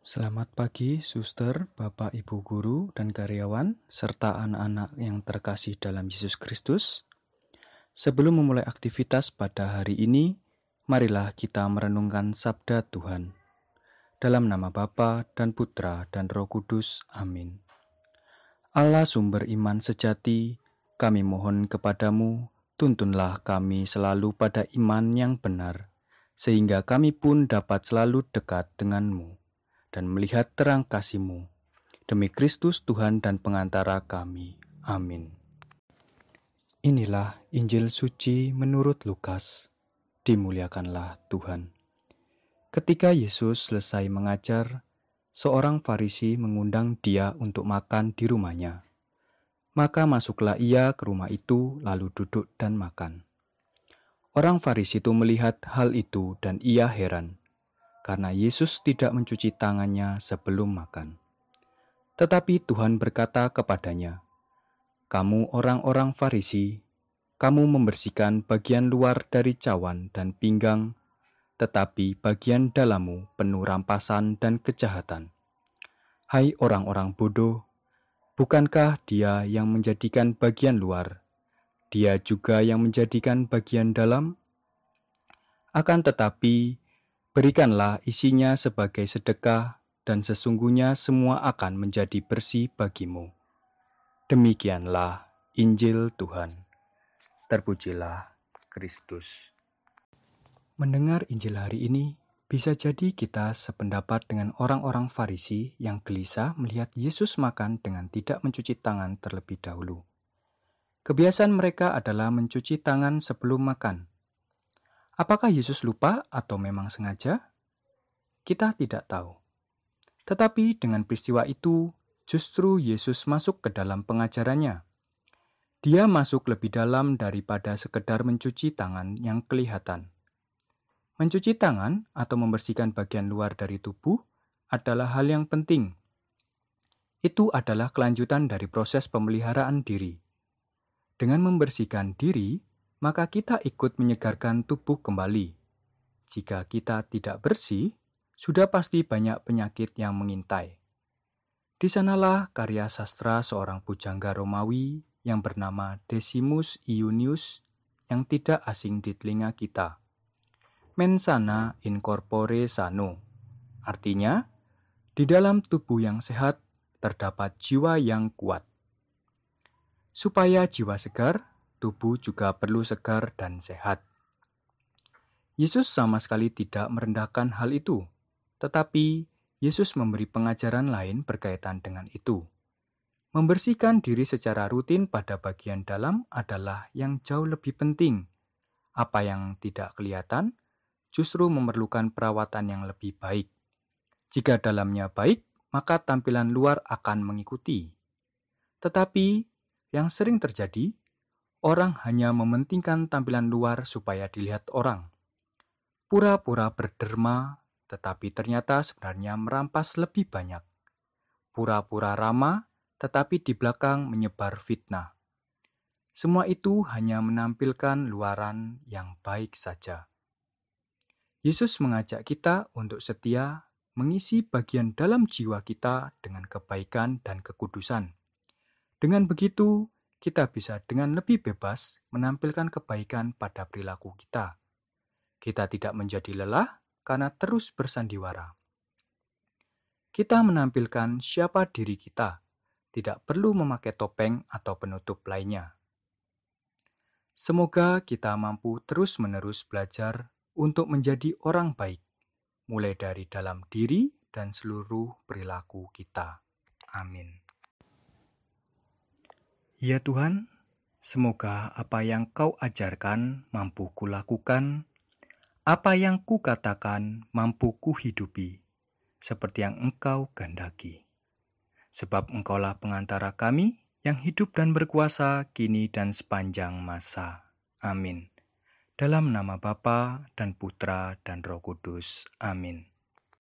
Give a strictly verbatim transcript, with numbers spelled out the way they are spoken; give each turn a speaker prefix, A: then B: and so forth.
A: Selamat pagi, suster, bapak, ibu guru, dan karyawan, serta anak-anak yang terkasih dalam Yesus Kristus. Sebelum memulai aktivitas pada hari ini, marilah kita merenungkan sabda Tuhan. Dalam nama Bapa dan Putra dan Roh Kudus, amin. Allah sumber iman sejati, kami mohon kepadamu, tuntunlah kami selalu pada iman yang benar, sehingga kami pun dapat selalu dekat denganmu dan melihat terang kasih-Mu. Demi Kristus Tuhan dan pengantara kami. Amin. Inilah Injil suci menurut Lukas. Dimuliakanlah Tuhan. Ketika Yesus selesai mengajar, seorang Farisi mengundang dia untuk makan di rumahnya. Maka masuklah ia ke rumah itu lalu duduk dan makan. Orang Farisi itu melihat hal itu dan ia heran, karena Yesus tidak mencuci tangannya sebelum makan. Tetapi Tuhan berkata kepadanya, "Kamu orang-orang Farisi, kamu membersihkan bagian luar dari cawan dan pinggang, tetapi bagian dalammu penuh rampasan dan kejahatan. Hai orang-orang bodoh, bukankah Dia yang menjadikan bagian luar, Dia juga yang menjadikan bagian dalam? Akan tetapi, berikanlah isinya sebagai sedekah, dan sesungguhnya semua akan menjadi bersih bagimu." Demikianlah Injil Tuhan. Terpujilah Kristus. Mendengar Injil hari ini, bisa jadi kita sependapat dengan orang-orang Farisi yang gelisah melihat Yesus makan dengan tidak mencuci tangan terlebih dahulu. Kebiasaan mereka adalah mencuci tangan sebelum makan. Apakah Yesus lupa atau memang sengaja? Kita tidak tahu. Tetapi dengan peristiwa itu, justru Yesus masuk ke dalam pengajarannya. Dia masuk lebih dalam daripada sekedar mencuci tangan yang kelihatan. Mencuci tangan atau membersihkan bagian luar dari tubuh adalah hal yang penting. Itu adalah kelanjutan dari proses pemeliharaan diri. Dengan membersihkan diri, maka kita ikut menyegarkan tubuh kembali. Jika kita tidak bersih, sudah pasti banyak penyakit yang mengintai. Di sanalah karya sastra seorang pujangga Romawi yang bernama Decimus Iunius yang tidak asing di telinga kita. Mens sana in corpore sano, artinya, di dalam tubuh yang sehat terdapat jiwa yang kuat. Supaya jiwa segar, tubuh juga perlu segar dan sehat. Yesus sama sekali tidak merendahkan hal itu, tetapi Yesus memberi pengajaran lain berkaitan dengan itu. Membersihkan diri secara rutin pada bagian dalam adalah yang jauh lebih penting. Apa yang tidak kelihatan justru memerlukan perawatan yang lebih baik. Jika dalamnya baik, maka tampilan luar akan mengikuti. Tetapi yang sering terjadi, orang hanya mementingkan tampilan luar supaya dilihat orang. Pura-pura berderma, tetapi ternyata sebenarnya merampas lebih banyak. Pura-pura ramah, tetapi di belakang menyebar fitnah. Semua itu hanya menampilkan luaran yang baik saja. Yesus mengajak kita untuk setia mengisi bagian dalam jiwa kita dengan kebaikan dan kekudusan. Dengan begitu, kita bisa dengan lebih bebas menampilkan kebaikan pada perilaku kita. Kita tidak menjadi lelah karena terus bersandiwara. Kita menampilkan siapa diri kita, tidak perlu memakai topeng atau penutup lainnya. Semoga kita mampu terus-menerus belajar untuk menjadi orang baik, mulai dari dalam diri dan seluruh perilaku kita. Amin. Ya Tuhan, semoga apa yang Kau ajarkan mampu kulakukan, apa yang Kukatakan mampu kuhidupi, seperti yang Engkau kehendaki. Sebab Engkaulah pengantara kami yang hidup dan berkuasa kini dan sepanjang masa. Amin. Dalam nama Bapa dan Putra dan Roh Kudus. Amin.